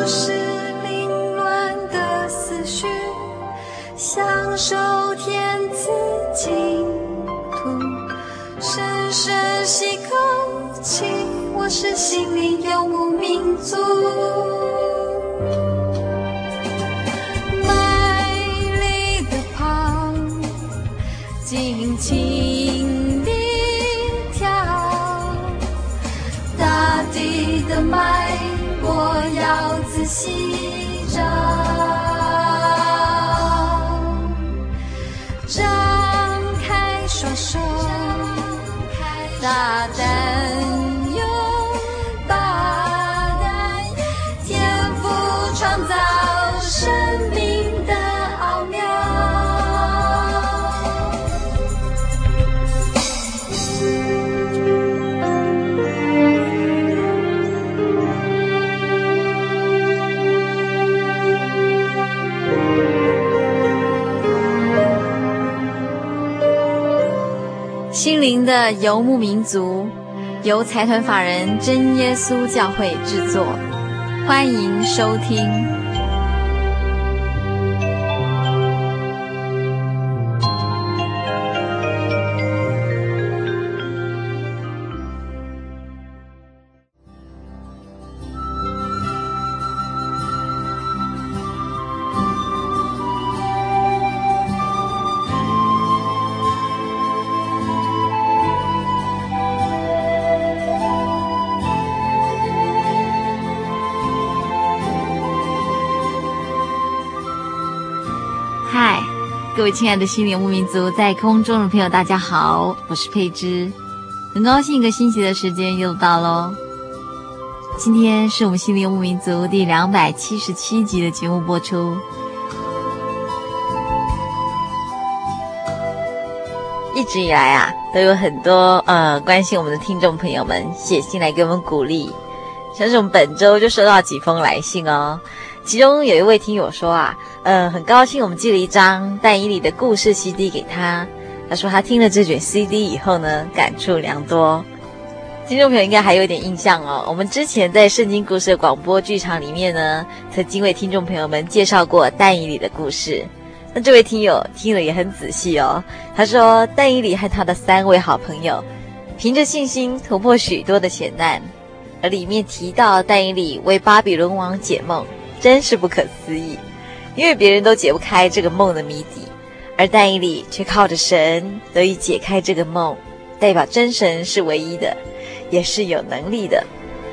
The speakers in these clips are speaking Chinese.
拾凌乱的思绪，享受天赐净土，深深吸口气，我是心灵游牧民族。美丽的旁，尽情地跳，大地的脉搏要仔细找，张开双手，大胆拥抱，天赋创造生命的奥妙。心灵的游牧民族，由财团法人真耶稣教会制作，欢迎收听。嗨，各位亲爱的心灵游牧民族，在空中的朋友大家好，我是佩芝，很高兴一个星期的时间又到咯。今天是我们心灵游牧民族第277集的节目播出。一直以来啊，都有很多关心我们的听众朋友们写信来给我们鼓励，像是我们本周就收到几封来信哦。其中有一位听友说啊，很高兴我们寄了一张但以理的故事 CD 给他。他说他听了这卷 CD 以后呢，感触良多。听众朋友应该还有一点印象哦，我们之前在圣经故事的广播剧场里面呢，曾经为听众朋友们介绍过但以理的故事。那这位听友听了也很仔细哦，他说但以理和他的3位好朋友凭着信心突破许多的险难，而里面提到但以理为巴比伦王解梦，真是不可思议，因为别人都解不开这个梦的谜底，而但以理却靠着神得以解开这个梦，代表真神是唯一的，也是有能力的。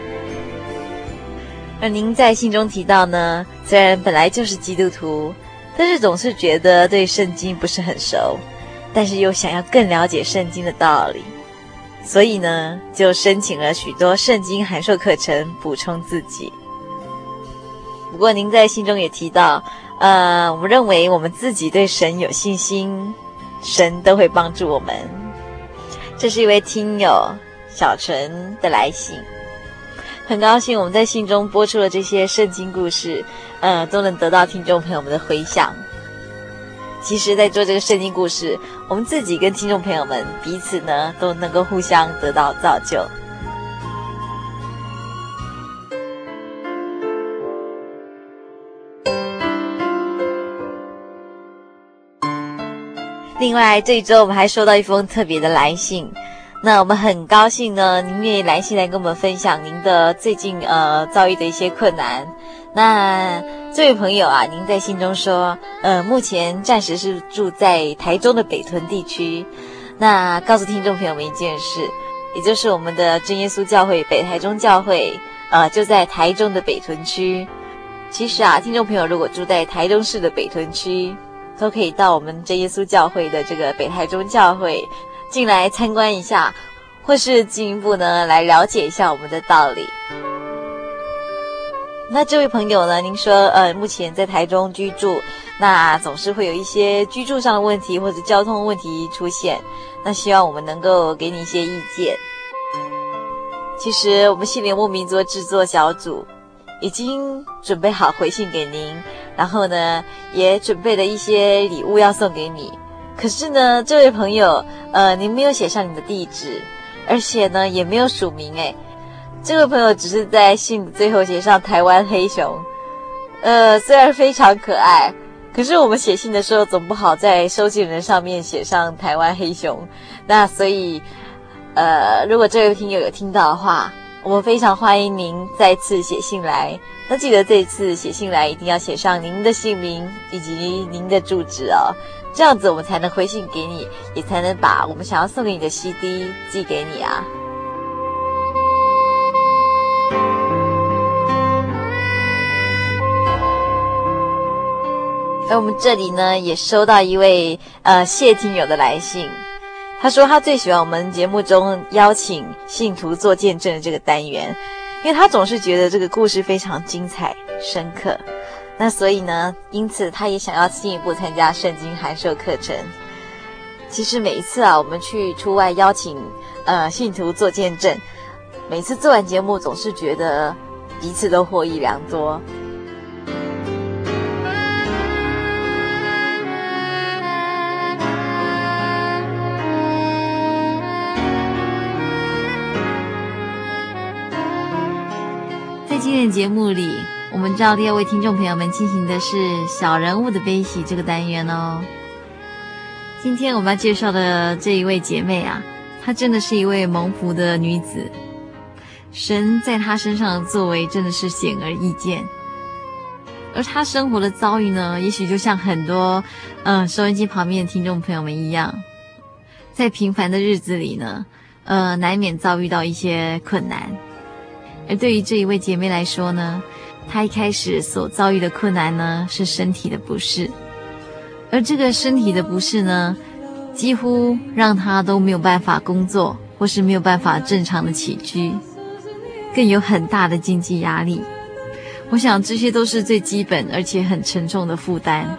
而您在信中提到呢，虽然本来就是基督徒，但是总是觉得对圣经不是很熟，但是又想要更了解圣经的道理，所以呢，就申请了许多圣经函授课程补充自己。不过您在信中也提到，我们认为我们自己对神有信心，神都会帮助我们。这是一位听友小纯的来信，很高兴我们在信中播出了这些圣经故事，都能得到听众朋友们的回响。其实在做这个圣经故事，我们自己跟听众朋友们彼此呢，都能够互相得到造就。另外这一周我们还收到一封特别的来信，那我们很高兴呢，您愿意来信来跟我们分享您的最近遭遇的一些困难。那这位朋友啊，您在信中说目前暂时是住在台中的北屯地区。那告诉听众朋友们一件事，也就是我们的真耶稣教会北台中教会就在台中的北屯区。其实啊，听众朋友如果住在台中市的北屯区，都可以到我们真耶稣教会的这个北台中教会进来参观一下，或是进一步呢来了解一下我们的道理。那这位朋友呢，您说目前在台中居住，那总是会有一些居住上的问题或者交通问题出现，那希望我们能够给你一些意见。其实我们心灵游牧民族制作小组已经准备好回信给您，然后呢也准备了一些礼物要送给你。可是呢，这位朋友您没有写上你的地址，而且呢也没有署名这位朋友只是在信的最后写上台湾黑熊， 虽然非常可爱，可是我们写信的时候总不好在收信人上面写上台湾黑熊。那所以如果这位听友有听到的话，我们非常欢迎您再次写信来。那记得这一次写信来一定要写上您的姓名以及您的住址哦，这样子我们才能回信给你，也才能把我们想要送给你的 CD 寄给你啊。而我们这里呢也收到一位谢听友的来信，他说他最喜欢我们节目中邀请信徒做见证的这个单元，因为他总是觉得这个故事非常精彩深刻，那所以呢因此他也想要进一步参加圣经函授课程。其实每一次我们去出外邀请信徒做见证，每次做完节目总是觉得彼此都获益良多。今天的节目里，我们照例要为听众朋友们进行的是小人物的悲喜这个单元哦。今天我们要介绍的这一位姐妹她真的是一位蒙福的女子，神在她身上的作为真的是显而易见。而她生活的遭遇呢，也许就像很多收音机旁边的听众朋友们一样，在平凡的日子里呢难免遭遇到一些困难。而对于这一位姐妹来说呢，她一开始所遭遇的困难呢是身体的不适，而这个身体的不适呢几乎让她都没有办法工作，或是没有办法正常的起居，更有很大的经济压力。我想这些都是最基本而且很沉重的负担。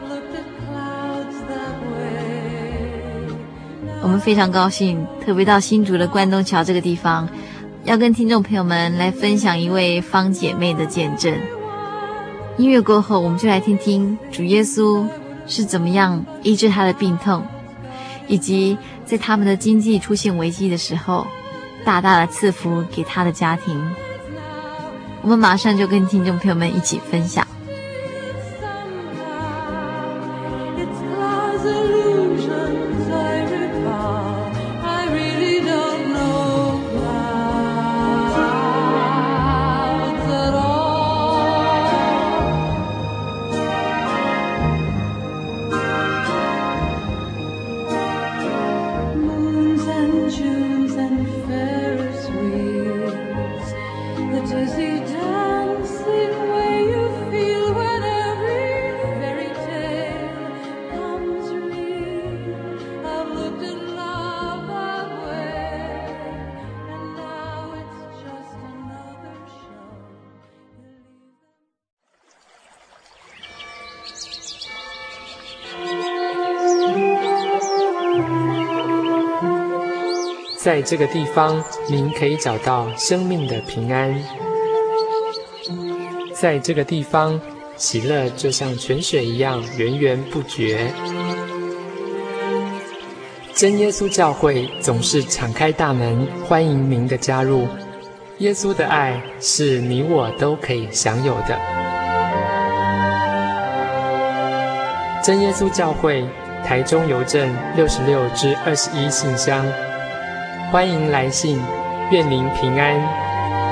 我们非常高兴特别到新竹的关东桥这个地方，要跟听众朋友们来分享一位方姐妹的见证。音乐过后，我们就来听听主耶稣是怎么样医治她的病痛，以及在他们的经济出现危机的时候，大大的赐福给她的家庭。我们马上就跟听众朋友们一起分享。 在这个地方，您可以找到生命的平安。在这个地方，喜乐就像泉水一样源源不绝。真耶稣教会总是敞开大门，欢迎您的加入。耶稣的爱是你我都可以享有的。真耶稣教会，台中邮政66-21信箱。欢迎来信，愿您平安。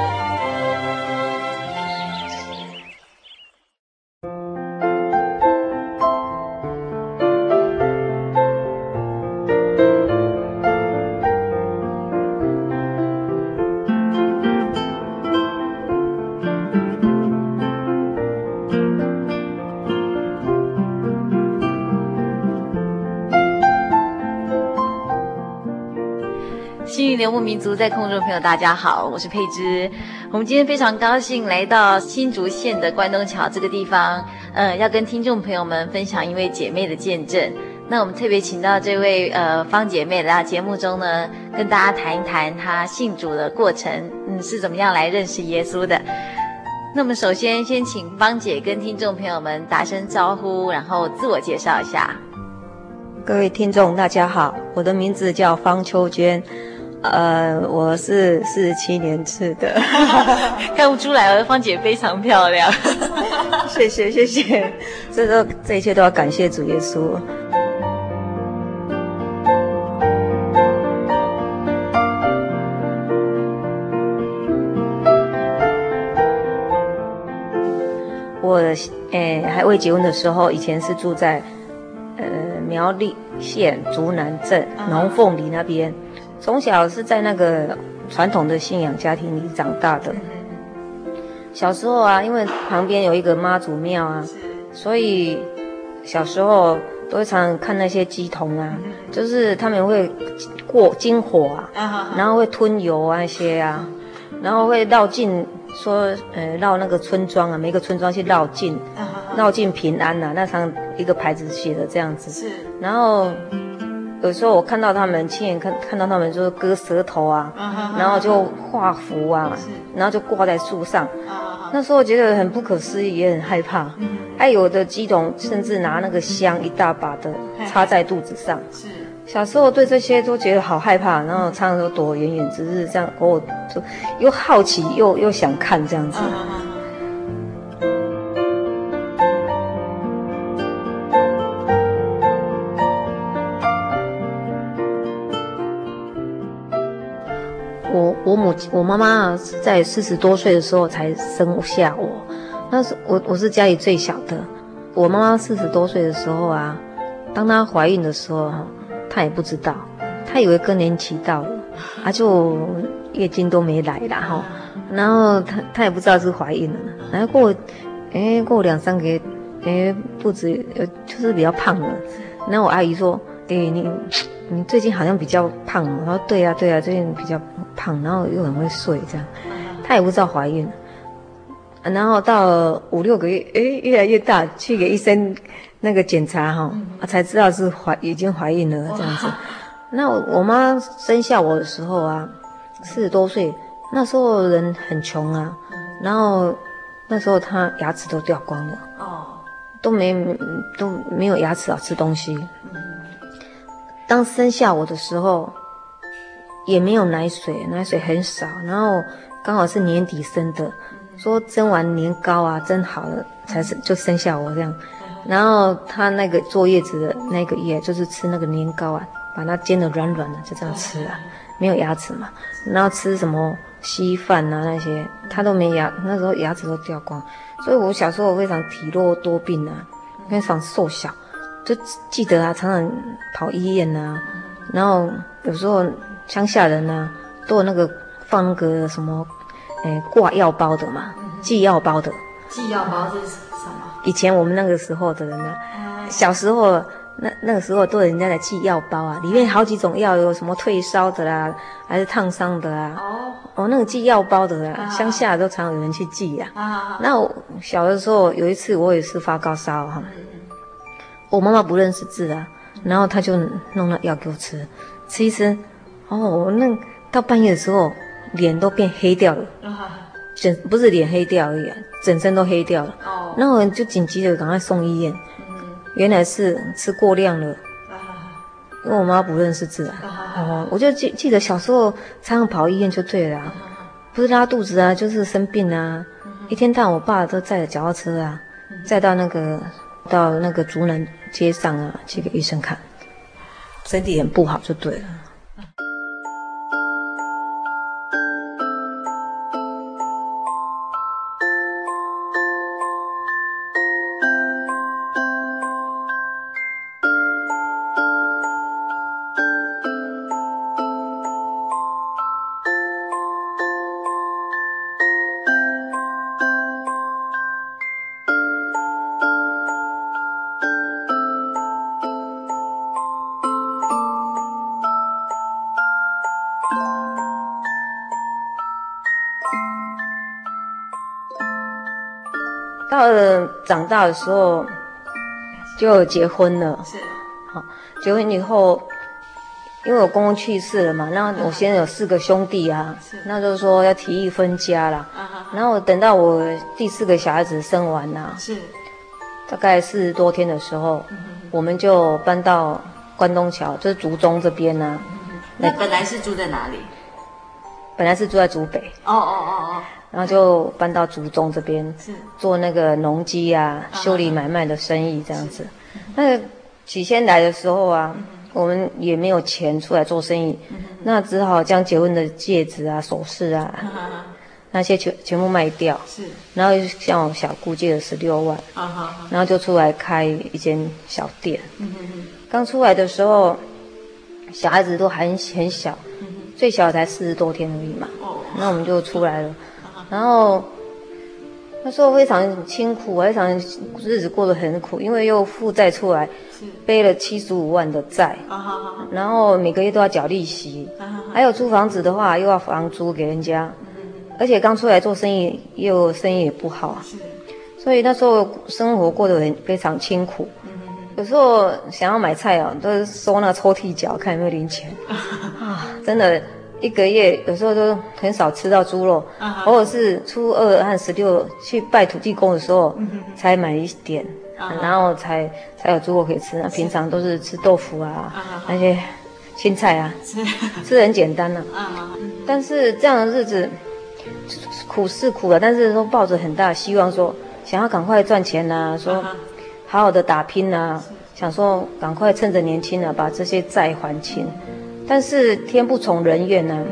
幸运游牧民族在空中朋友大家好，我是佩芝。我们今天非常高兴来到新竹县的关东桥这个地方，要跟听众朋友们分享一位姐妹的见证。那我们特别请到这位方姐妹来到节目中呢，跟大家谈一谈她信主的过程，是怎么样来认识耶稣的。那么首先先请方姐跟听众朋友们打声招呼，然后自我介绍一下。 各位听众大家好，我的名字叫方秋娟， 我是47年次的， 看不出来哦，芳姐非常漂亮。 谢谢，这一切都要感谢主耶稣。我还未结婚的时候，以前是住在苗栗县竹南镇龙凤里那边，从小是在那个传统的信仰家庭里长大的。小时候啊，因为旁边有一个妈祖庙啊，所以小时候都会常常看那些乩童啊，就是他们会过金火啊，然后会吞油啊那些啊，然后会绕境。说绕那个村庄啊，每个村庄去绕境，绕境平安啊，那上一个牌子写的这样子。是。然后有时候我看到他们，亲眼看到他们就是割舌头啊，然后就画符啊，然后就挂在树上。那时候觉得很不可思议，也很害怕。还有的乩童甚至拿那个香一大把的插在肚子上。是。小时候对这些都觉得好害怕，然后常常都躲远远，只是这样偶尔就又好奇又想看这样子。我妈妈是在40多岁的时候才生下我，那是我是家里最小的。我妈妈40多岁的时候啊，当她怀孕的时候她也不知道，她以为更年期到了啊，就月经都没来啦哈，然后她也不知道是怀孕了，然后过2-3个月，肚子就是比较胖了。然后我阿姨说，你最近好像比较胖哦。然后对啊，最近比较胖，然后又很会睡这样，她也不知道怀孕了。然后到5-6个月，越来越大，去给医生那个检查哈，才知道是已经怀孕了这样子。那我妈生下我的时候啊，40多岁，那时候人很穷啊，然后那时候她牙齿都掉光了，都没有牙齿吃东西。当生下我的时候，也没有奶水很少，然后刚好是年底生的。说蒸完年糕啊，蒸好了就生下我这样，然后他那个坐月子的那个月，就是吃那个年糕啊，把它煎得软软的，就这样吃啊，没有牙齿嘛，然后吃什么稀饭啊那些，他都没那时候牙齿都掉光，所以我小时候非常体弱多病啊，非常瘦小，就记得啊，常常跑医院啊，然后有时候乡下人啊，都有那个放那个什么。挂药包的嘛，寄药包的。 寄药包是什么？ 以前我们那个时候的人呢，小时候那个时候都有人家来寄药包啊，里面好几种药，有什么退烧的啦，还是烫伤的啊。那个寄药包的啦，乡下都常有人去寄呀。那我小的时候有一次我也是发高烧哈，我妈妈不认识字啊，然后她就弄那药给我吃，吃一吃，那到半夜的时候。脸都变黑掉了，不是脸黑掉而已啊，整身都黑掉了。那我就紧急的赶快送医院，原来是吃过量了，因为我妈不认识字啊。我就记得小时候常常跑医院就对了，不是拉肚子啊，就是生病啊，一天到晚我爸都载着脚踏车啊，载到那个竹南街上啊去给医生看，身体很不好就对了。到了长大的时候就结婚了，结婚以后，因为我公公去世了嘛，那我现在有4个兄弟啊，那就是说要提议分家啦。然后等到我第4个小孩子生完啦，大概40多天的时候，我们就搬到关东桥，就是竹东这边啊。 那本来是住在哪里？ 本来是住在竹北，然后就搬到竹中这边，做那个农机啊、修理买卖的生意这样子。那起先来的时候啊，我们也没有钱出来做生意，那只好将结婚的戒指啊、首饰啊那些全部卖掉，然后向我小姑借了16万，然后就出来开一间小店。刚出来的时候，小孩子都还很小，最小才40多天而已嘛，那我们就出来了。然后那时候非常辛苦，非常日子过得很苦，因为又负债出来，背了75万的债，然后每个月都要缴利息，还有租房子的话又要房租给人家，而且刚出来做生意，生意也不好，所以那时候生活过得非常辛苦。有时候想要买菜都是收那抽屉角，看有没有零钱啊，真的。一个月有时候都很少吃到猪肉，偶尔是初2和16去拜土地公的时候才买一点，然后才有猪肉可以吃。那平常都是吃豆腐啊，那些青菜啊，吃得很简单啊。但是这样的日子苦是苦了，但是都抱着很大的希望，说想要赶快赚钱啊，说好好的打拼啊，想说赶快趁着年轻啊把这些债还清。但是天不从人愿啊，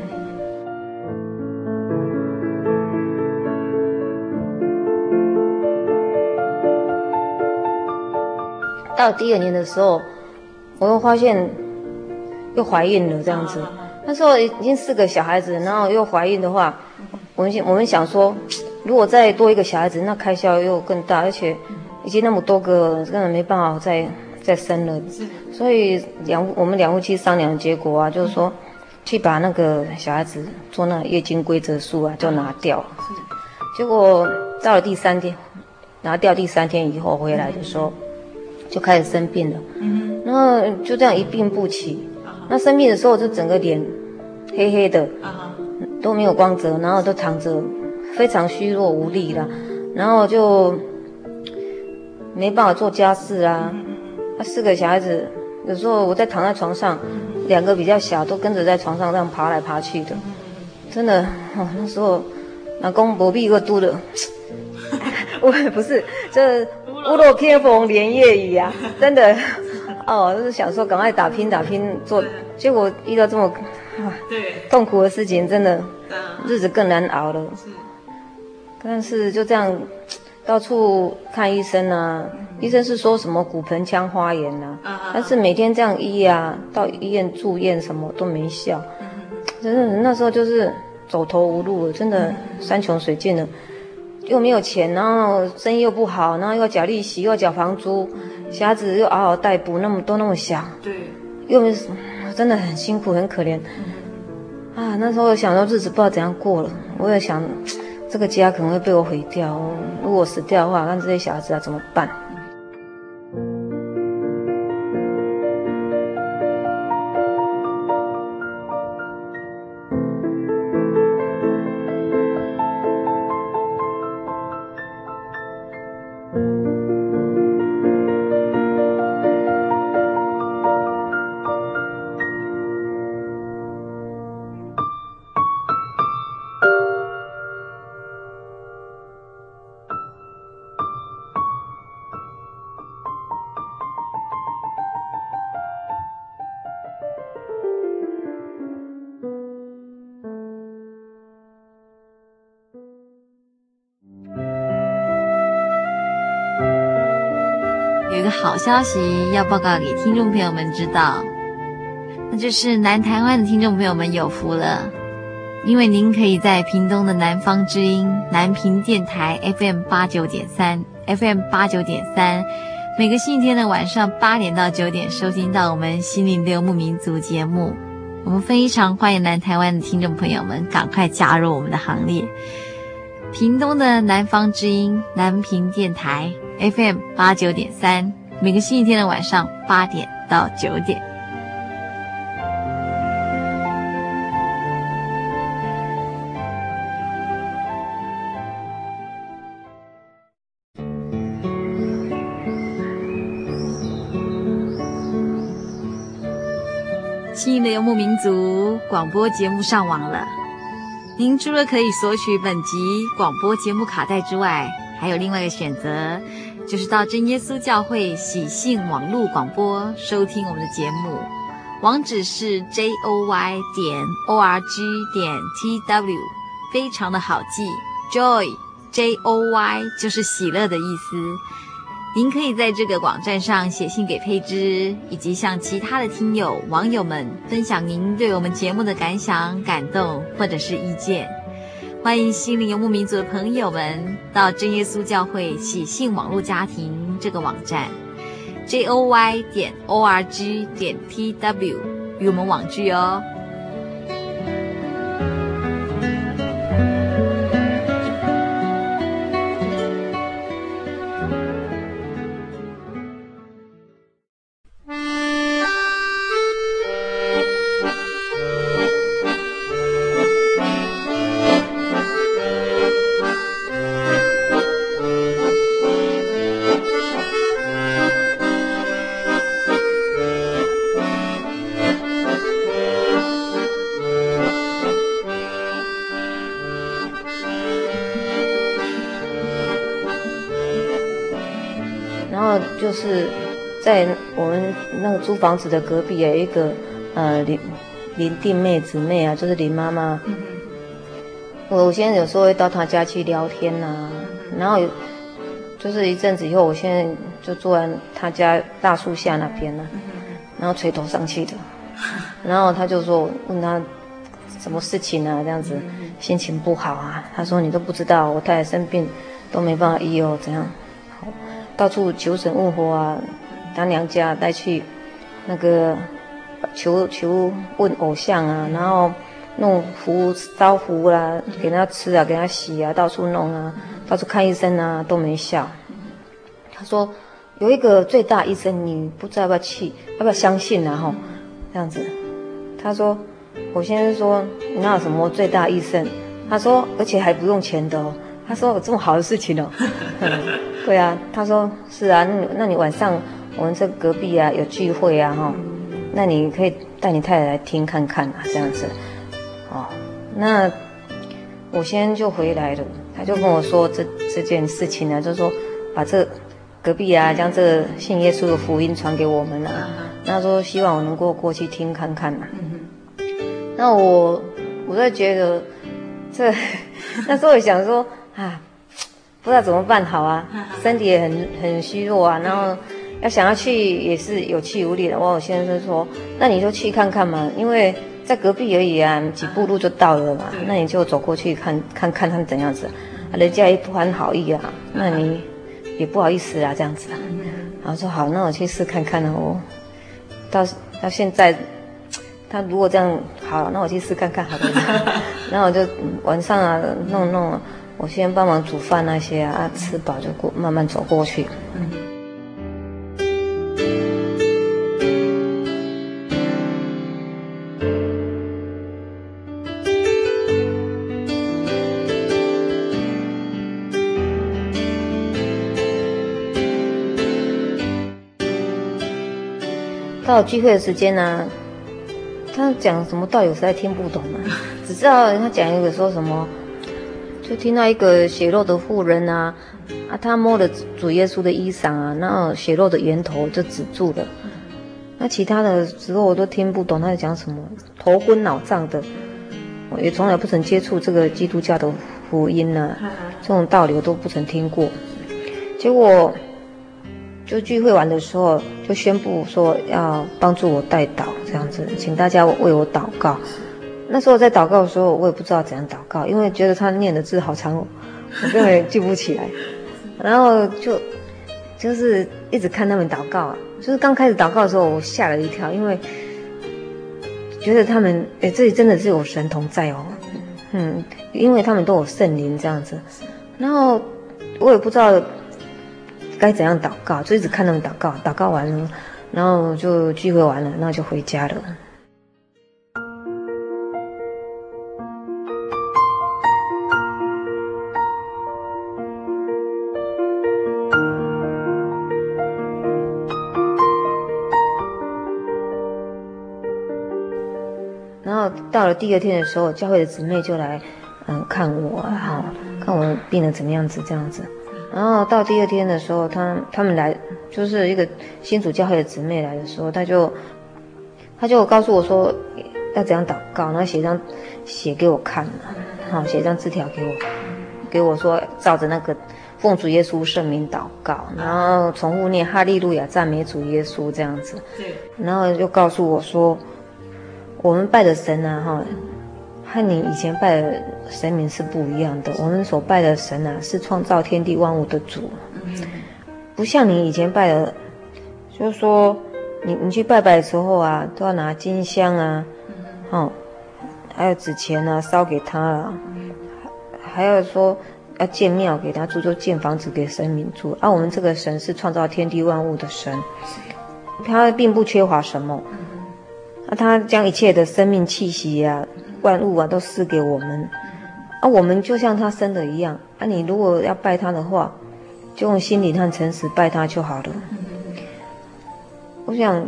到第2年的时候，我又发现又怀孕了这样子。那时候已经4个小孩子，然后又怀孕的话，我们想说，如果再多一个小孩子，那开销又更大，而且已经那么多个，根本没办法再生了。所以我们2夫妻商量的结果啊，就是说去把那个小孩子做那月经规则书啊就拿掉。结果到了第3天，拿掉第3天以后回来的时候，就开始生病了。然后就这样一病不起。那生病的时候就整个脸黑黑的，都没有光泽，然后都躺着，非常虚弱无力啦，然后就没办法做家事啊。那4个小孩子，有时候我在躺在床上，2个比较小都跟着在床上这样爬来爬去的，真的那时候老公不必个嘟的，我也不是，这屋漏偏逢连夜雨啊，真的就是想说赶快打拼做，结果遇到这么痛苦的事情，真的日子更难熬了。但是就这样到处看医生啊，医生是说什么骨盆腔发炎啊，但是每天这样医啊，到医院住院什么都没效，真的那时候就是走投无路了，真的山穷水尽了，又没有钱，然后生意又不好，然后又要缴利息，又要缴房租，小孩子又嗷嗷待哺，那么小，又真的很辛苦很可怜啊。那时候想到日子不知道怎样过了，我也想这个家可能会被我毁掉，如果死掉的话，那这些小孩子要怎么办？ 有一个好消息要报告给听众朋友们知道，那就是南台湾的听众朋友们有福了，因为您可以在屏东的南方之音南屏电台 FM89.3 FM89.3 每个星期天的晚上8点到9点收听到我们心灵的游牧民族节目。我们非常欢迎南台湾的听众朋友们赶快加入我们的行列。屏东的南方之音南屏电台 FM89.3 每个星期天的晚上8点到9点。 心灵的游牧民族广播节目上网了。您除了可以索取本集广播节目卡带之外，还有另外一个选择，就是到真耶稣教会喜信网络广播收听我们的节目。网址是 joy.org.tw， 非常的好记， Joy 就是喜乐的意思。您可以在这个网站上写信给佩芝，以及向其他的听友网友们分享您对我们节目的感想、感动或者是意见。欢迎心灵游牧民族的朋友们到真耶稣教会喜信网络家庭这个网站 joy.org.tw 与我们网聚哦。 就是在我们那个租房子的隔壁有一个林弟妹姊妹啊，就是林妈妈。我现在有时候会到她家去聊天啊，然后就是一阵子以后，我现在就坐在她家大树下那边了，然后垂头丧气的，然后她就说问她什么事情啊，这样子心情不好啊。她说你都不知道，我太太生病都没办法医哦，怎样？到处求神问佛啊，他娘家带去那个求问偶像啊，然后弄符烧符啦，给他吃啊，给他洗啊，到处弄啊，到处看医生啊，都没效。他说有一个最大医生，你不知道要不要去，要不要相信啊？吼，这样子。他说我先生说你哪有什么最大医生？他说而且还不用钱的哦。他说有这么好的事情哦。对啊，他说是啊，那你晚上我们这隔壁啊有聚会啊哈，那你可以带你太太来听看看啊，这样子。哦，那我先就回来了，他就跟我说这件事情呢，就是说把这隔壁啊将这个信耶稣的福音传给我们啊，那说希望我能够过去听看看啊。那我在觉得那时候也想说啊。不知道怎么办好啊，身体也很虚弱啊，然后想要去也是有气无力的。我先生说，那你就去看看嘛，因为在隔壁而已啊，几步路就到了嘛，那你就走过去看看他们怎样子，人家也不怀好意啊，那你也不好意思啊这样子啊。然后说好，那我去试看看哦。到现在，他如果这样好，那我去试看看好了。然后我就晚上啊弄。我先帮忙煮饭那些啊，吃饱就慢慢走过去。到聚会的时间呢，他讲什么道理我实在听不懂啊，只知道他讲一个说什么。就听到一个血肉的妇人啊，他摸了主耶稣的衣裳啊，然后血肉的源头就止住了。那其他的时候我都听不懂他在讲什么，头昏脑胀的。我也从来不曾接触这个基督教的福音啊，这种道理我都不曾听过。结果就聚会完的时候，就宣布说要帮助我代祷，这样子，请大家为我祷告。那时候在祷告的时候，我也不知道怎样祷告，因为觉得他念的字好长，我根本记不起来。然后就是一直看他们祷告啊，就是刚开始祷告的时候，我吓了一跳，因为觉得他们这里真的是有神同在哦，因为他们都有圣灵这样子。然后我也不知道该怎样祷告，就一直看他们祷告，祷告完了，然后就聚会完了，然后就回家了。 到了第二天的时候，教会的姊妹就来看我啊，看我病得怎么样子这样子。然后到第二天的时候，他们来，就是一个新主教会的姊妹来的时候，他就告诉我说要怎样祷告，然后写给我看嘛，写一张字条给我说照着那个奉主耶稣圣名祷告，然后重复念哈利路亚赞美主耶稣这样子。对。然后就告诉我说，我们拜的神啊，和你以前拜的神明是不一样的。我们所拜的神啊，是创造天地万物的主，不像你以前拜的，就是说你去拜拜的时候啊，都要拿金香啊，还有纸钱啊烧给他啊，还要说要建庙给他住，就建房子给神明住。我们这个神是创造天地万物的神，他并不缺乏什么，他将一切的生命气息啊、万物啊都赐给我们，我们就像他生的一样。你如果要拜他的话，就用心灵和诚实拜他就好了。我想，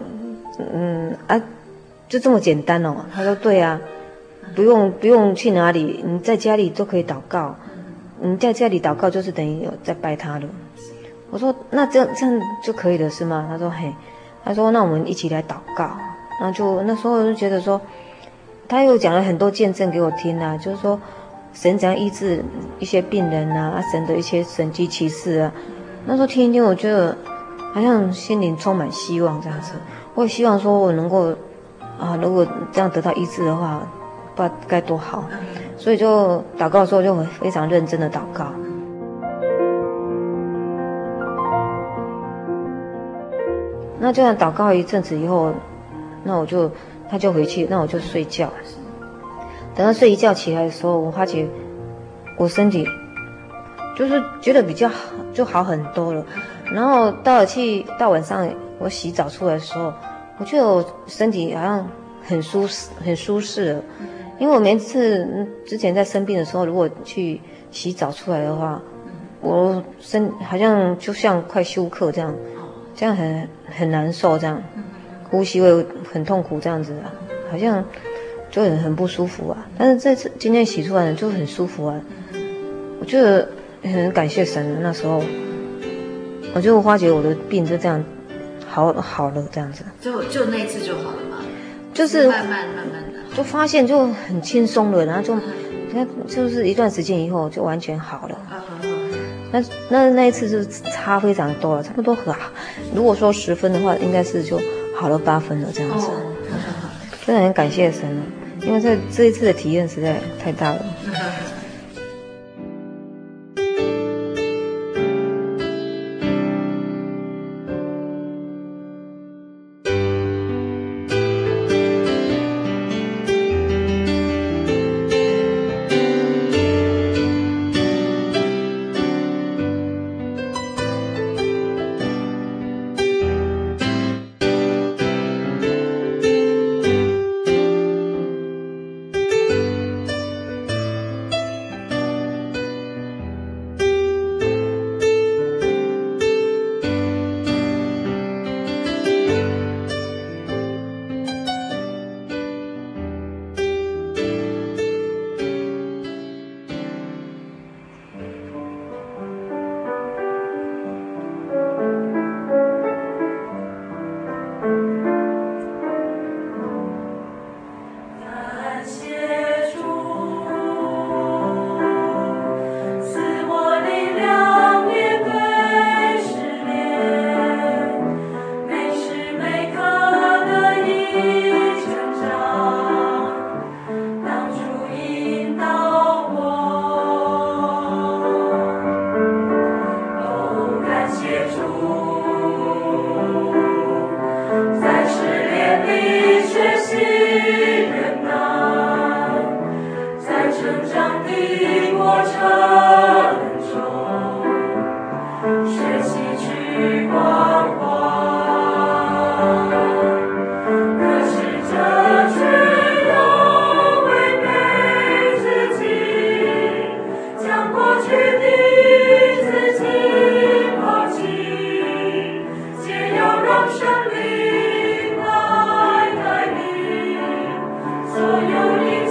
就这么简单哦。他说对啊，不用去哪里，你在家里都可以祷告。你在家里祷告就是等于有在拜他了。我说那这样就可以了是吗？他说嘿，他说那我们一起来祷告。然后那时候我就觉得说，他又讲了很多见证给我听啊，就是说神怎样医治一些病人啊，神的一些神迹奇事啊。那时候听一听，我觉得好像心灵充满希望这样子。我也希望说我能够如果这样得到医治的话，不知道该多好。所以就祷告的时候就非常认真的祷告。那这样祷告一阵子以后，他就回去，那我就睡觉。等到睡一觉起来的时候，我发觉我身体就是觉得比较好，就好很多了。然后到晚上我洗澡出来的时候，我觉得我身体好像很舒适了。因为我每次之前在生病的时候，如果去洗澡出来的话，我好像就像快休克这样很难受这样，呼吸会很痛苦这样子啊，好像就很不舒服啊。但是今天洗出来就很舒服啊，我觉得很感谢神。那时候我就发觉我的病就这样好了这样子。 就那一次就好了吗？ 就是慢慢的就发现就很轻松了，然后就是一段时间以后就完全好了。那一次就差非常多了，差不多如果说10分的话，应该是就好了8分了这样子。真的很感谢神了，因为这一次的体验实在太大了。 生命来带领所有灵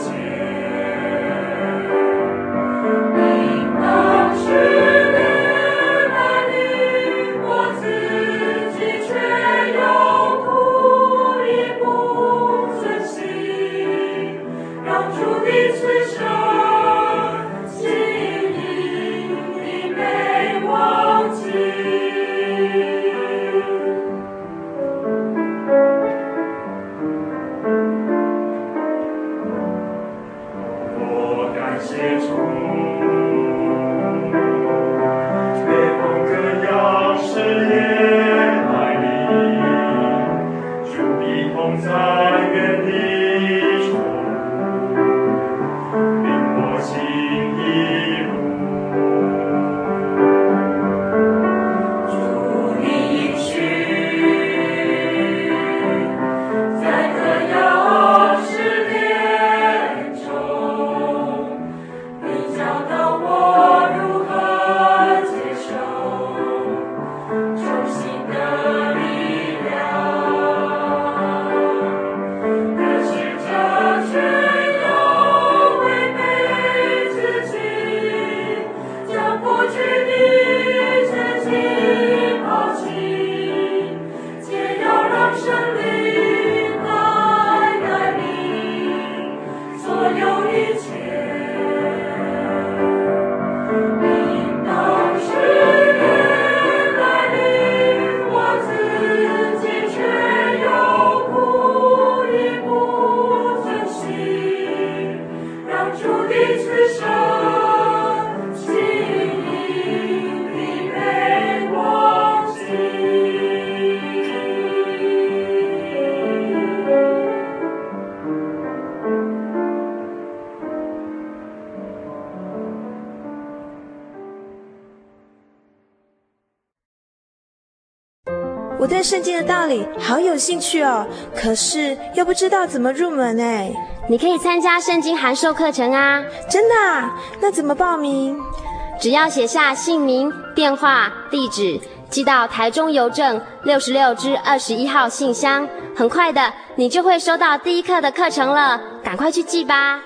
我对圣经的道理好有兴趣哦，可是又不知道怎么入门哎。 你可以参加圣经函授课程啊。 真的啊？那怎么报名？ 只要写下姓名、电话、地址，寄到台中邮政66支21号信箱，很快的你就会收到第一课的课程了，赶快去寄吧。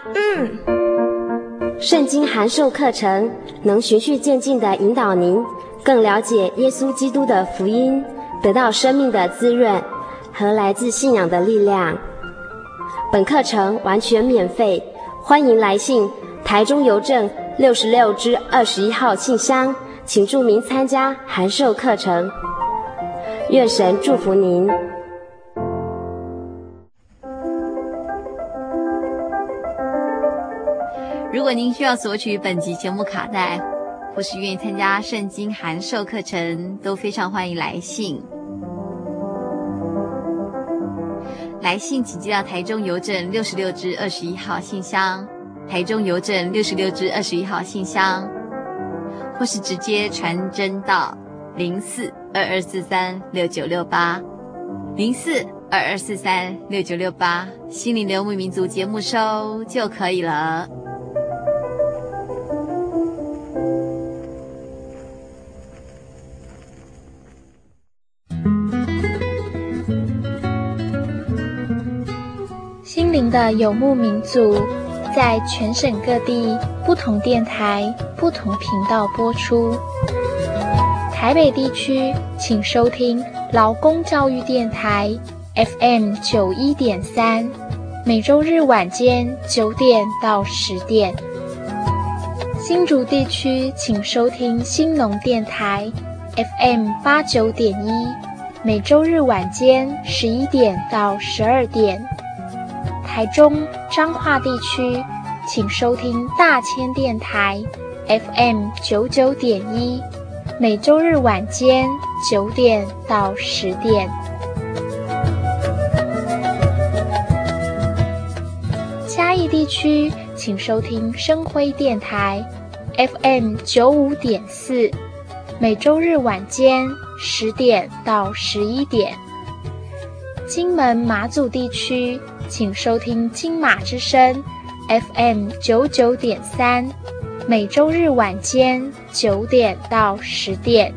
圣经函授课程能循序渐进地引导您更了解耶稣基督的福音，得到生命的滋润和来自信仰的力量。本课程完全免费，欢迎来信台中邮政66支21号信箱，请注明参加函授课程。愿神祝福您。 如果您需要索取本集节目卡带，或是愿意参加圣经函授课程，都非常欢迎来信。来信请寄到台中邮政66支21号信箱，台中邮政66支21号信箱，或是直接传真到0422436968，0422436968，心灵游牧民族节目收就可以了。 心灵的游牧民族，在全省各地不同电台、不同频道播出。台北地区请收听劳工教育电台 FM 91.3，每周日晚间9点到10点。新竹地区请收听兴农电台 FM 89.1，每周日晚间11点到12点。台中彰化地区请收听大千电台 FM 99.1，每周日晚间9点到10点。嘉义地区请收听生辉电台 FM 95.4，每周日晚间10点到11点。金门马祖地区请收听金马之声 FM 99.3，每周日晚间9点到10点。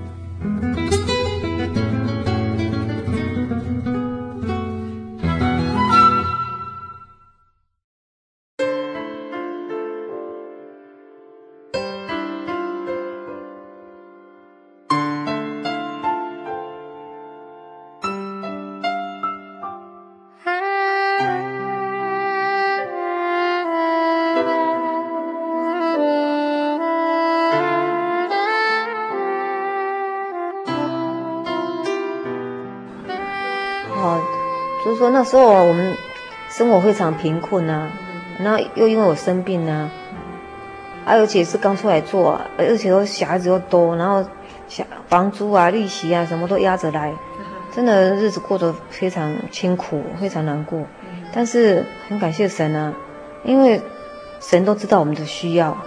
就是说那时候我们生活非常贫困啊，然后又因为我生病啊， 而且是刚出来做啊，而且都小孩子又多，然后房租啊、利息啊什么都压着来，真的日子过得非常辛苦，非常难过。但是很感谢神啊，因为神都知道我们的需要。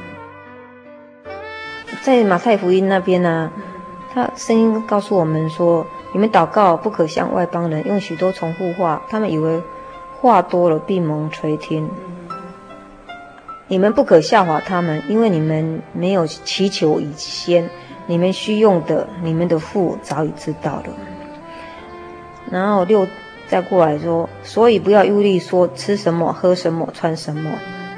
在马太福音那边呢，他声音告诉我们说，你们祷告不可像外邦人用许多重复话，他们以为话多了必蒙垂听。你们不可效法他们，因为你们没有祈求以先，你们需用的，你们的父早已知道了。然后6再过来说，所以不要忧虑说吃什么、喝什么、穿什么，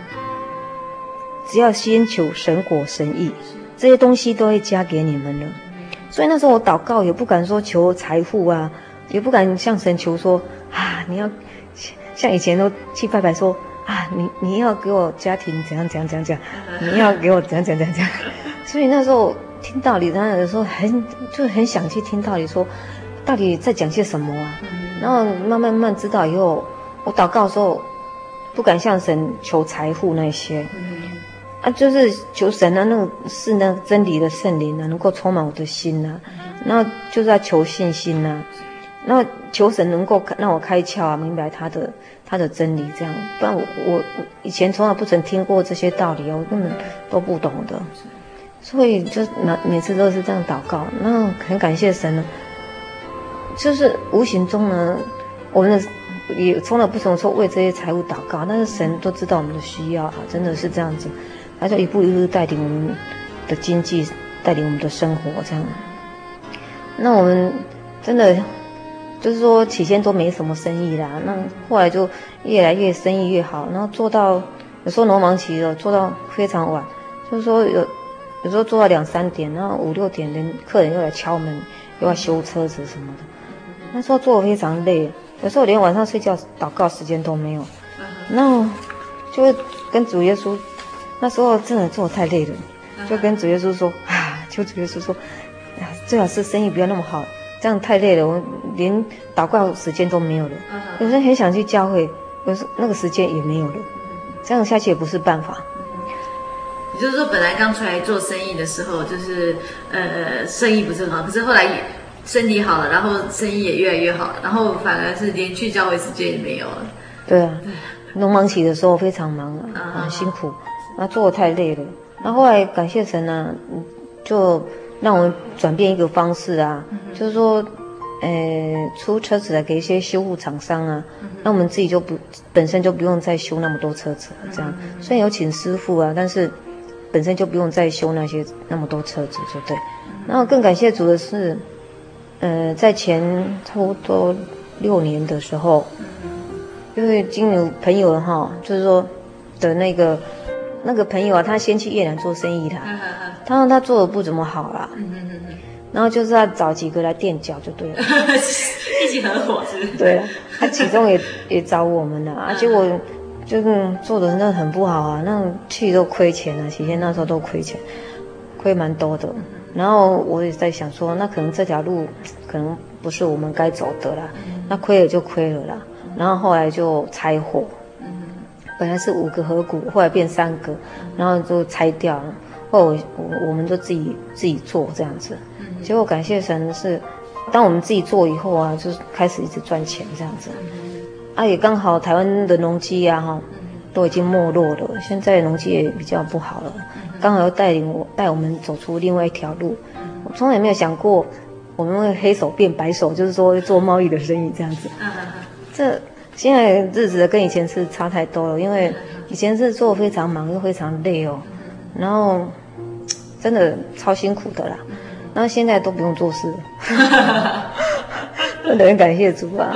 只要先求神国神义，这些东西都会加给你们了。所以那时候我祷告也不敢说求财富啊，也不敢向神求说啊，你要像以前都去拜拜说啊，你要给我家庭怎样，你要给我怎样。所以那时候听道理，当然有时候很想去听道理，说到底在讲些什么啊。然后慢慢知道以后，我祷告的时候不敢向神求财富那些。就是求神啊，那个真理的圣灵啊，能够充满我的心啊，然后就是要求信心啊，然后求神能够让我开窍啊，明白他的真理，这样，不然我以前从来不曾听过这些道理，我根本都不懂的，所以就每次都是这样祷告，那很感谢神呢，就是无形中呢，我们也从来不曾说为这些财物祷告，但是神都知道我们的需要啊，真的是这样子。他就一步一步带领我们的经济，带领我们的生活，这样。那我们真的就是说，起先都没什么生意啦，那后来就越来越生意越好，然后做到有时候农忙期了，做到非常晚，就是说有时候做到2、3点，然后5、6点，客人又来敲门，又要修车子什么的，那时候做得非常累，有时候连晚上睡觉祷告时间都没有，那就会跟主耶稣。那时候真的做得太累了，就跟主耶稣说啊，求主耶稣说，最好是生意不要那么好，这样太累了，我连祷告时间都没有了。有时候很想去教会，有时那个时间也没有了，这样下去也不是办法。 也就是说，本来刚出来做生意的时候，就是生意不是很好，可是后来身体好了，然后生意也越来越好，然后反而是连去教会时间也没有了。 对啊，农忙期的时候非常忙啊，很辛苦。那做得太累了，那后来感谢神啊，就让我们转变一个方式啊，就是说，出车子来给一些修护厂商啊，那我们自己本身就不用再修那么多车子了，这样虽然有请师傅啊，但是本身就不用再修那么多车子，就对。然后更感谢主的是，在前差不多6年的时候，因为经有朋友哈，就是说的那个朋友啊，他先去越南做生意的，他做的不怎么好啦，然后就是要找几个来垫脚就对了， 一起合伙是不是？ 对了，他其中也找我们了啊，结果就是做的真的很不好啊，那去都亏钱了，起先那时候都亏钱，亏蛮多的。然后我也在想说，那可能这条路可能不是我们该走的啦，那亏了就亏了啦。然后后来就拆伙。本来是5个合股，后来变3个，然后就拆掉了。后来我们都自己做这样子，结果感谢神的是，当我们自己做以后啊，就开始一直赚钱这样子。啊，也刚好台湾的农机啊都已经没落了，现在农机也比较不好了，刚好要带我们走出另外一条路。我从来没有想过我们会黑手变白手，就是说做贸易的生意这样子。这现在日子跟以前是差太多了，因为以前是做非常忙又非常累哦，然后真的超辛苦的啦，然后现在都不用做事了，真的很感谢主啊，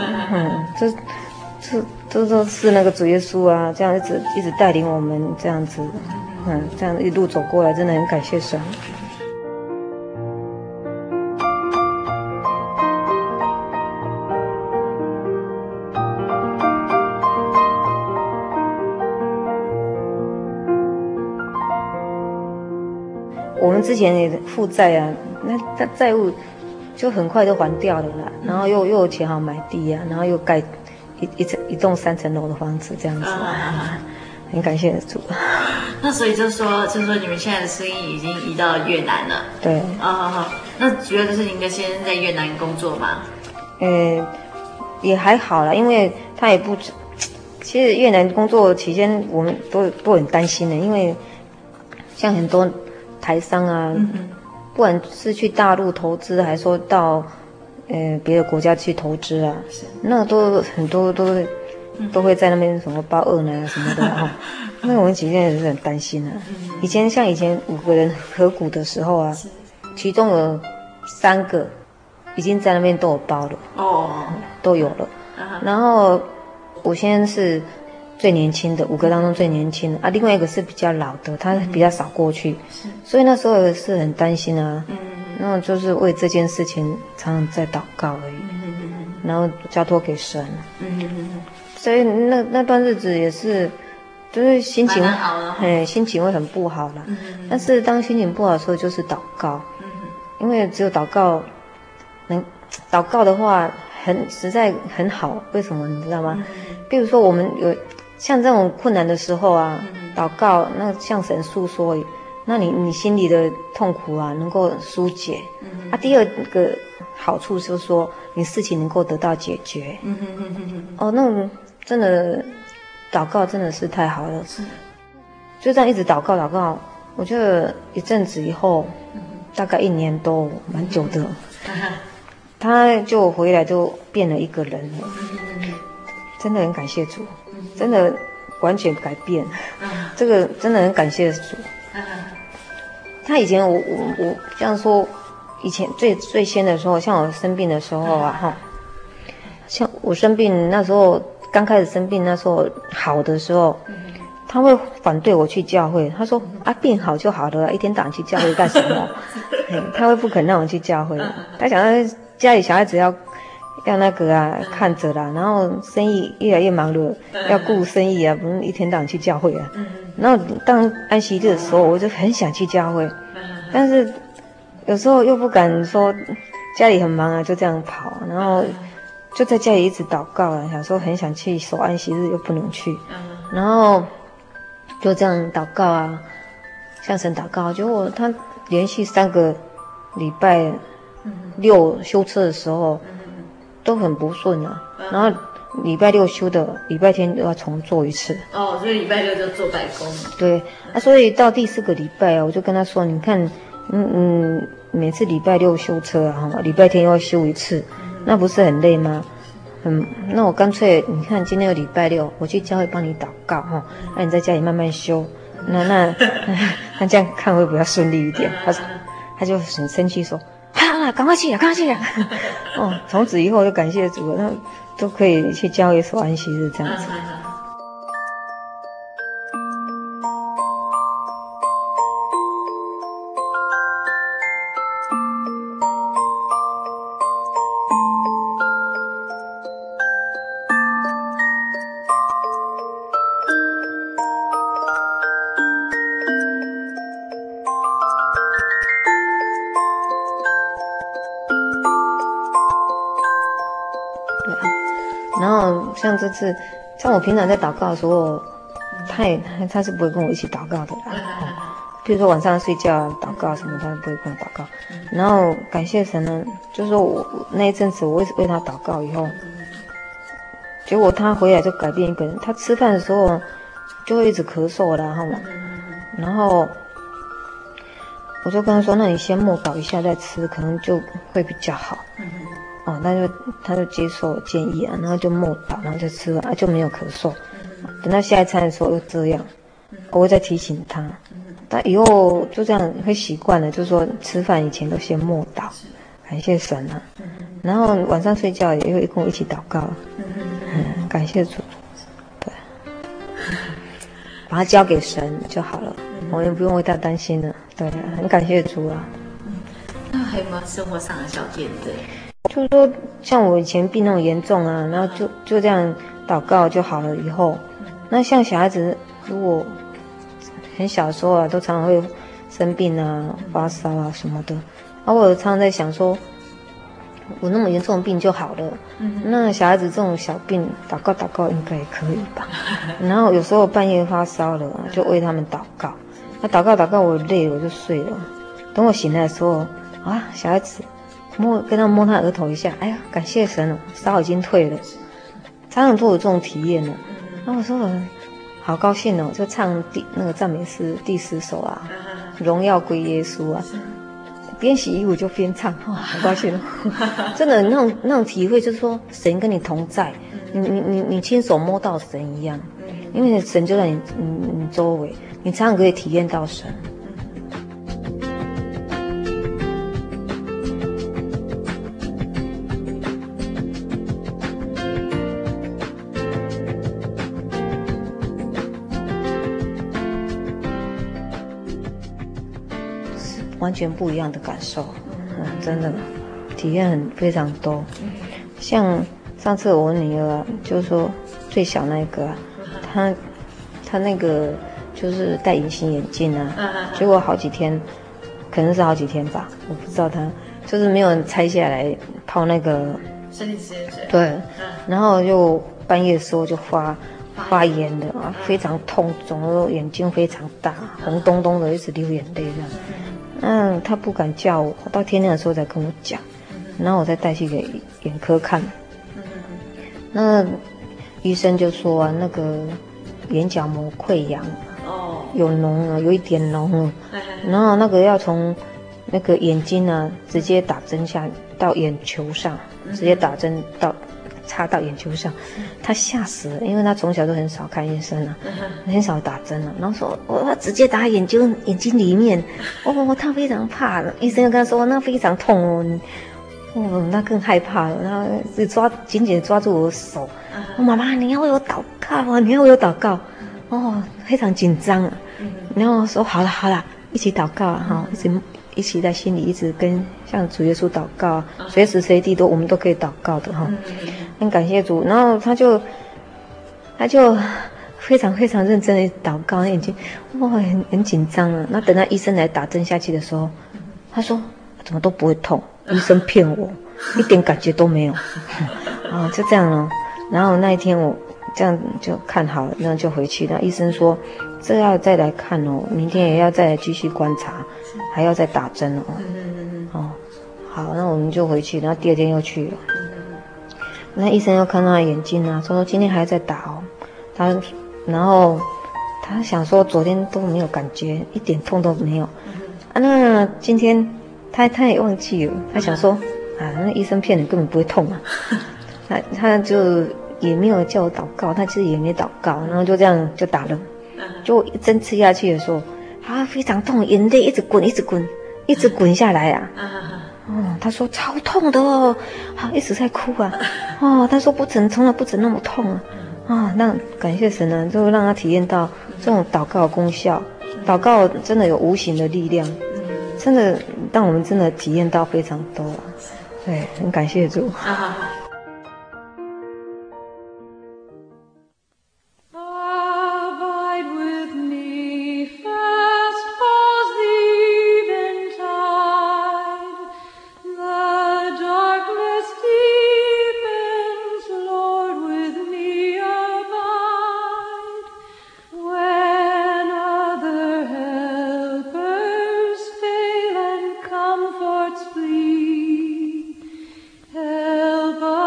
这是那个主耶稣啊，这样一直带领我们这样子，这样一路走过来，真的很感谢神。我们之前也负债啊，那债务就很快就还掉了啦，然后又有钱好买地啊，然后又盖一栋3层楼的房子这样子，很感谢主。 那所以就说你们现在的生意已经移到越南了。 对。 那主要就是您的先生在越南工作吗？ 也还好啦，因为他也不，其实越南工作期间我们都很担心的，因为像很多台商啊，不管是去大陆投资，还是说到别的国家去投资啊，那都很多都会在那边什么报恶呢什么的哈。那我们其实也是很担心啊。以前5个人合股的时候啊，其中有3个已经在那边都有包了，都有了。然后我现在是最年轻的，5个当中最年轻的啊，另外一个是比较老的，他比较少过去，所以那时候也是很担心啊。那就是为这件事情常常在祷告而已，然后交托给神。所以那段日子也是，就是心情会很不好啦。但是当心情不好的时候，就是祷告，因为只有祷告的话，实在很好。为什么你知道吗？比如说我们有像这种困难的时候啊，祷告，那向神诉说，那你心里的痛苦啊能够疏解。第二个好处就是说，你事情能够得到解决。那种真的祷告真的是太好了。就这样一直祷告，我觉得一阵子以后，大概1年多，蛮久的。他就回来就变了一个人了，真的很感谢主，真的完全改变，这个真的很感谢主。他以前我这样说，以前最先的时候，像我生病的时候啊，像我生病那时候，刚开始生病那时候好的时候，他会反对我去教会，他说病好就好了，一天到晚去教会干什么？他会不肯让我去教会，他想要家里小孩子要那个啊看着啦，然后生意越来越忙碌，要顾生意啊，不用一天到晚去教会啊。然后当安息日的时候，我就很想去教会，但是有时候又不敢说，家里很忙啊，就这样跑，然后就在家里一直祷告啊，想说很想去守安息日又不能去，然后就这样祷告啊，向神祷告，结果他连续3个礼拜6修车的时候都很不顺啊，然后礼拜6修的，礼拜天都要重做一次。 所以礼拜6就做代工。 对，所以到第4个礼拜啊，我就跟他说，你看，每次礼拜6修车啊，礼拜天又要修一次，那不是很累吗？那我干脆，你看今天有礼拜6，我去教会帮你祷告哈，那你在家里慢慢修，那这样看会比较顺利一点。他就很生气说，好，赶快去啊！从此以后就感谢主了，那都可以去教会守安息日这样子。然后像这次，像我平常在祷告的时候，他是不会跟我一起祷告的啦。比如说晚上睡觉祷告什么，他不会跟我祷告。然后感谢神呢，就是说我那一阵子我为他祷告以后，结果他回来就改变一个人。他吃饭的时候就会一直咳嗽啦，然后我就跟他说，那你先默祷一下再吃，可能就会比较好。他就接受我建议啊，然后就默祷，然后就吃完就没有咳嗽。等到下一餐的时候又这样，我会再提醒他。他以后就这样会习惯了，就是说吃饭以前都先默祷，感谢神啊。然后晚上睡觉也会跟我一起祷告，感谢主，对，把它交给神就好了，我也不用为他担心了。对，很感谢主啊。 那还有没有生活上的小见证？ 就是说，像我以前病那么严重啊，然后就这样祷告就好了。以后，那像小孩子如果很小的时候啊，都常常会生病啊、发烧啊什么的。我常常在想说， 我那么严重的病就好了。那小孩子这种小病，祷告应该也可以吧。然后有时候半夜发烧了，就为他们祷告。那祷告我累了我就睡了。等我醒来的时候，啊，小孩子跟他摸他额头一下，哎呀，感谢神了，烧已经退了。常常都有这种体验呢。然后我说好高兴哦，就唱那个赞美诗第10首啊，荣耀归耶稣啊。边洗衣服就边唱，哇，好高兴！真的那种体会，就是说神跟你同在，你亲手摸到神一样，因为神就在你周围，你常常可以体验到神。完全不一样的感受，真的体验非常多。像上次我女儿就是说最小那个她那个就是戴隐形眼镜啊，结果好几天，可能是好几天吧，我不知道她就是没有拆下来泡那个生理实验水， 对，然后就半夜的时候就发炎的啊，非常痛，肿了眼睛非常大，红咚咚的，一直流眼泪这样。他不敢叫我，到天亮的时候才跟我讲，然后我再带去给眼科看。那医生就说啊，那个眼角膜溃疡，有脓了，有一点脓了，然后那个要从那个眼睛啊直接打针下到眼球上，直接打针插到眼球上，他吓死了，因为他从小都很少看医生啊，很少打针啊，然后说我直接打眼睛里面，他非常怕了，医生就跟他说那非常痛哦，那更害怕了，然后就紧紧抓住我的手，妈妈你要为我祷告啊，你要为我祷告，非常紧张啊，然后说好了，一起祷告啊，一起在心里一直跟向主耶稣祷告，随时随地我们都可以祷告的哈。很感谢主，然后他就非常非常认真的祷告，眼睛很紧张啊。那等到医生来打针下去的时候，他说怎么都不会痛，医生骗我，一点感觉都没有。就这样了。然后那一天我这样就看好了，然后就回去。那医生说这要再来看哦，明天也要再来继续观察，还要再打针哦。好，那我们就回去，然后第二天又去了。那医生又看他眼睛啊，说今天还在打哦。然后他想说昨天都没有感觉，一点痛都没有。那今天他也忘记了，他想说那医生骗人，根本不会痛啊。他就也没有叫我祷告，他其实也没祷告，然后就这样就打了。就一针吃下去的时候，非常痛，眼泪一直滚下来啊。他说超痛的哦，一直在哭啊。他说从来不曾那么痛啊。那感谢神呢，就让他体验到这种祷告的功效。祷告真的有无形的力量，真的让我们真的体验到非常多啊。对，很感谢主。 Help us.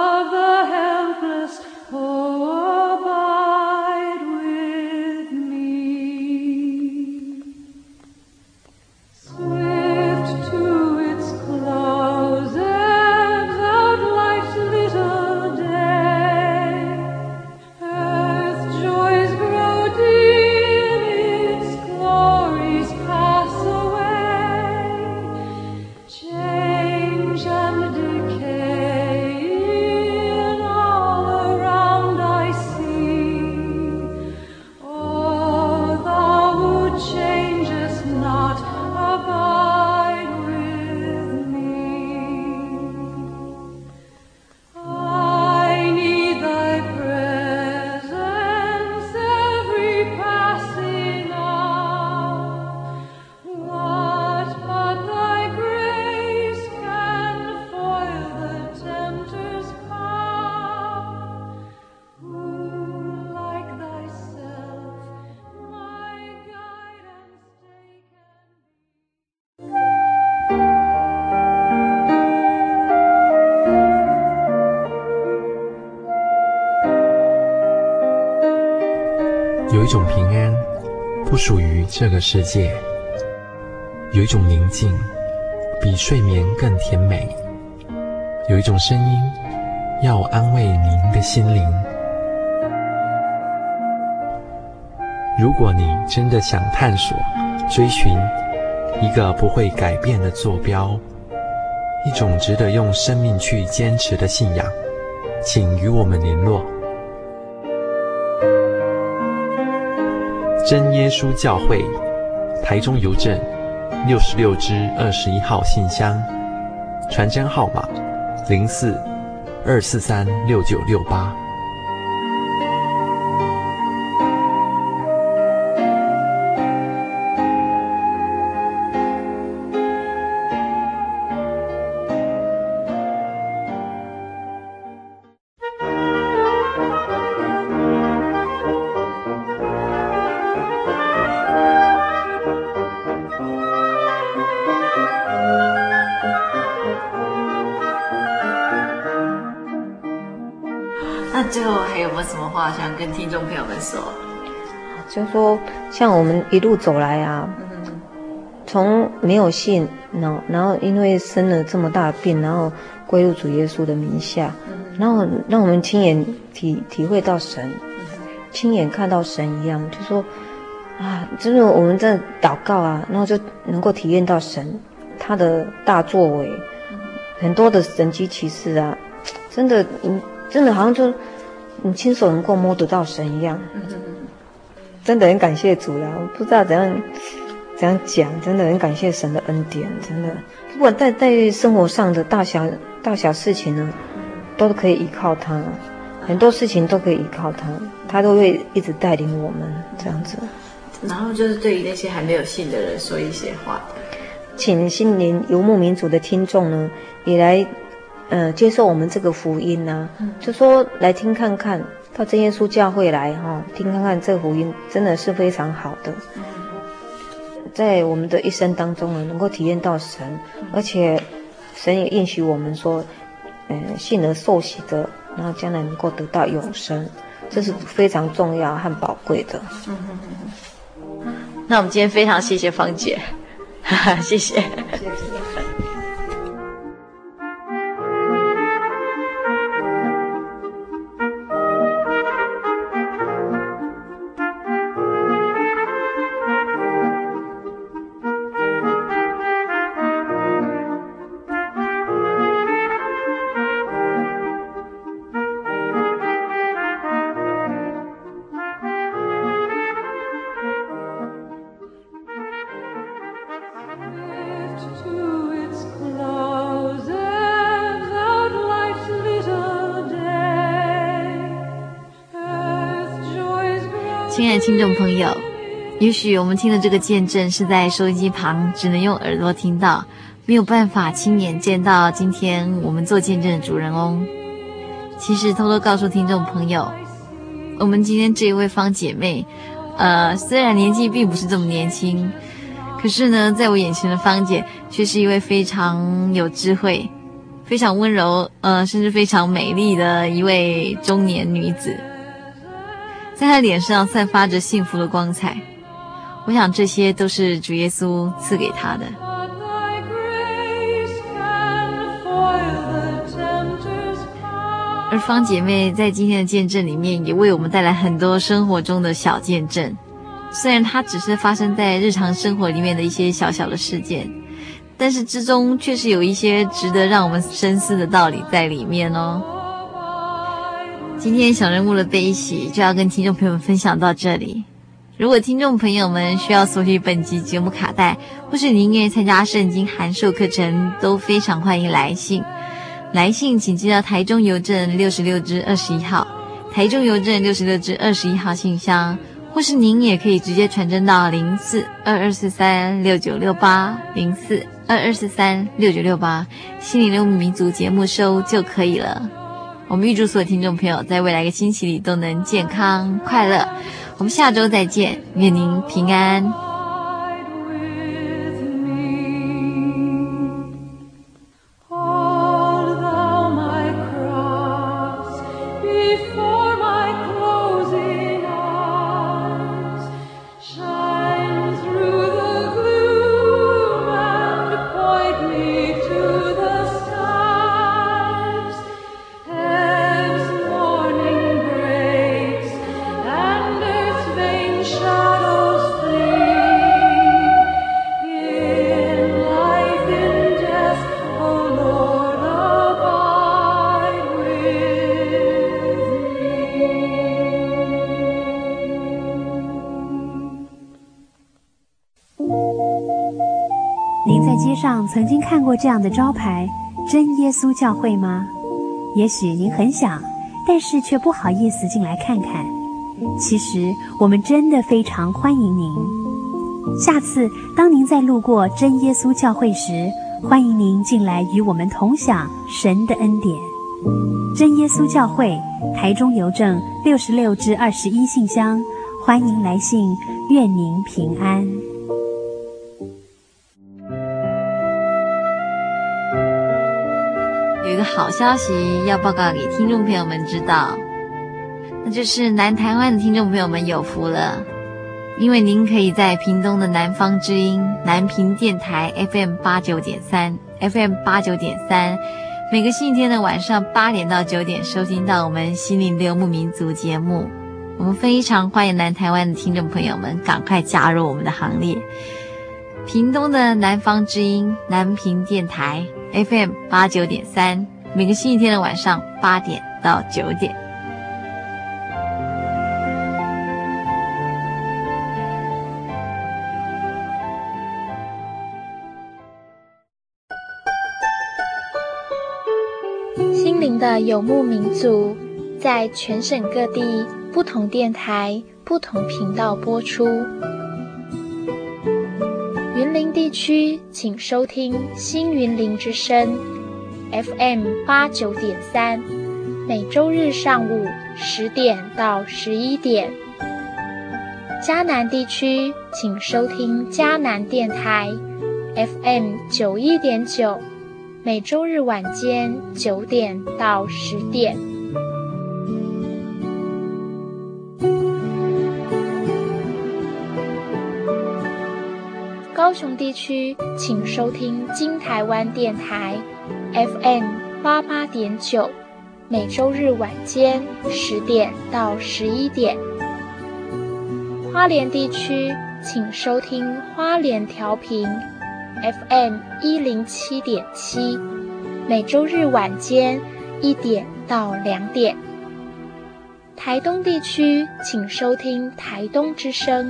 一种平安，不属于这个世界，有一种宁静，比睡眠更甜美，有一种声音，要安慰您的心灵。如果你真的想探索、追寻一个不会改变的坐标，一种值得用生命去坚持的信仰，请与我们联络。真耶稣教会台中邮政66支21号信箱，传真号码04-243-6968。 那最后还有没有什么话想跟听众朋友们说？ 就是说，像我们一路走来啊，从没有信，然后因为生了这么大的病，然后归入主耶稣的名下，然后让我们亲眼体会到神，亲眼看到神一样，就说啊，就是我们在祷告啊，然后就能够体验到神他的大作为，很多的神迹奇事啊，真的好像就你亲手能够摸得到神一样，真的很感谢主啦！我不知道怎样讲，真的很感谢神的恩典，真的，不管在生活上的大小事情呢，都可以依靠他，很多事情都可以依靠他，他都会一直带领我们这样子。 然后就是对于那些还没有信的人说一些话， 请新年游牧民族的听众呢，也来接受我们这个福音啊，就说来听看看，到真耶稣教会来听看看这个福音真的是非常好的，在我们的一生当中呢，能够体验到神，而且神也应许我们说，信而受洗的，然后将来能够得到永生，这是非常重要和宝贵的。 那我们今天非常谢谢芳姐，谢谢。亲爱的听众朋友，也许我们听的这个见证是在收音机旁只能用耳朵听到，没有办法亲眼见到今天我们做见证的主人翁。其实偷偷告诉听众朋友，我们今天这一位芳姐妹虽然年纪并不是这么年轻，可是呢，在我眼前的芳姐却是一位非常有智慧、非常温柔甚至非常美丽的一位中年女子，在她脸上散发着幸福的光彩。我想这些都是主耶稣赐给她的。而芳姐妹在今天的见证里面也为我们带来很多生活中的小见证，虽然它只是发生在日常生活里面的一些小小的事件，但是之中确实有一些值得让我们深思的道理在里面哦。今天小人物的悲喜就要跟听众朋友们分享到这里。如果听众朋友们需要索取本集节目卡带，或是您愿意参加圣经函授课程，都非常欢迎来信。来信请寄到台中邮政66支21号，台中邮政66支21号信箱，或是您也可以直接传真到04-2243-6968 心灵游牧民族节目收就可以了。我们预祝所有听众朋友在未来一个星期里都能健康快乐。我们下周再见，愿您平安。 Before my closing eyes 您在街上曾经看过这样的招牌真耶稣教会吗？也许您很想，但是却不好意思进来看看。其实我们真的非常欢迎您。下次当您再路过真耶稣教会时，欢迎您进来与我们同享神的恩典。真耶稣教会，台中邮政66-21信箱，欢迎来信，愿您平安。 有一个好消息要报告给听众朋友们知道，那就是南台湾的听众朋友们有福了，因为您可以在屏东的南方之音南屏电台 FM89.3 每个星期天的晚上8点到9点收听到我们心灵的游牧民族节目。我们非常欢迎南台湾的听众朋友们赶快加入我们的行列。屏东的南方之音南屏电台 FM89.3 每个星期天的晚上8点到9点。 心灵的游牧民族，在全省各地不同电台、不同频道播出。云林地区请收听新云林之声 FM89.3， 每周日上午10点到11点。嘉南地区请收听嘉南电台 FM91.9，每周日晚间9点到10点。高雄地区请收听金台湾电台 FM88.9，每周日晚间10点到11点。花莲地区请收听花莲调频FM107.7，每周日晚间1点到2点。台东地区请收听台东之声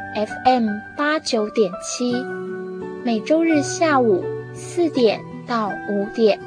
FM89.7，每周日下午4点到5点。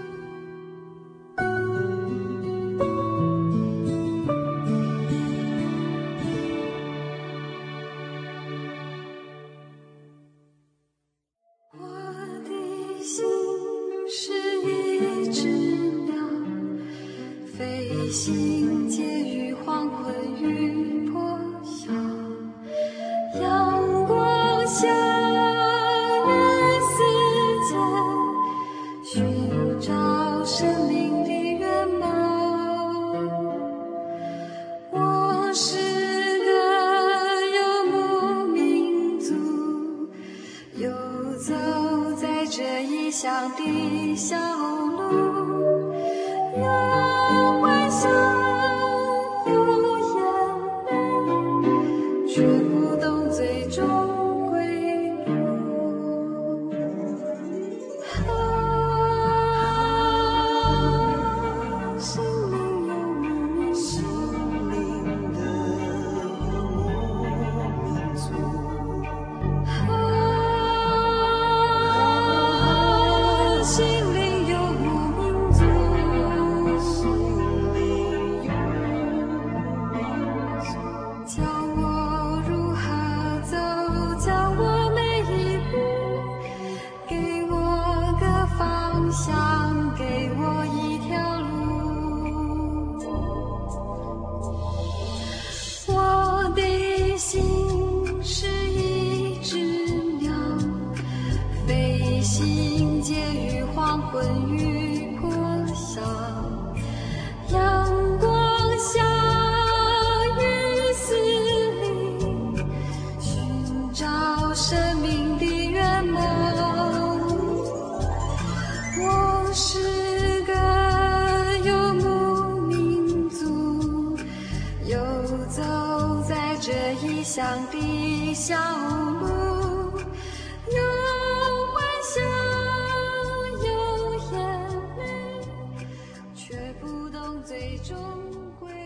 最终归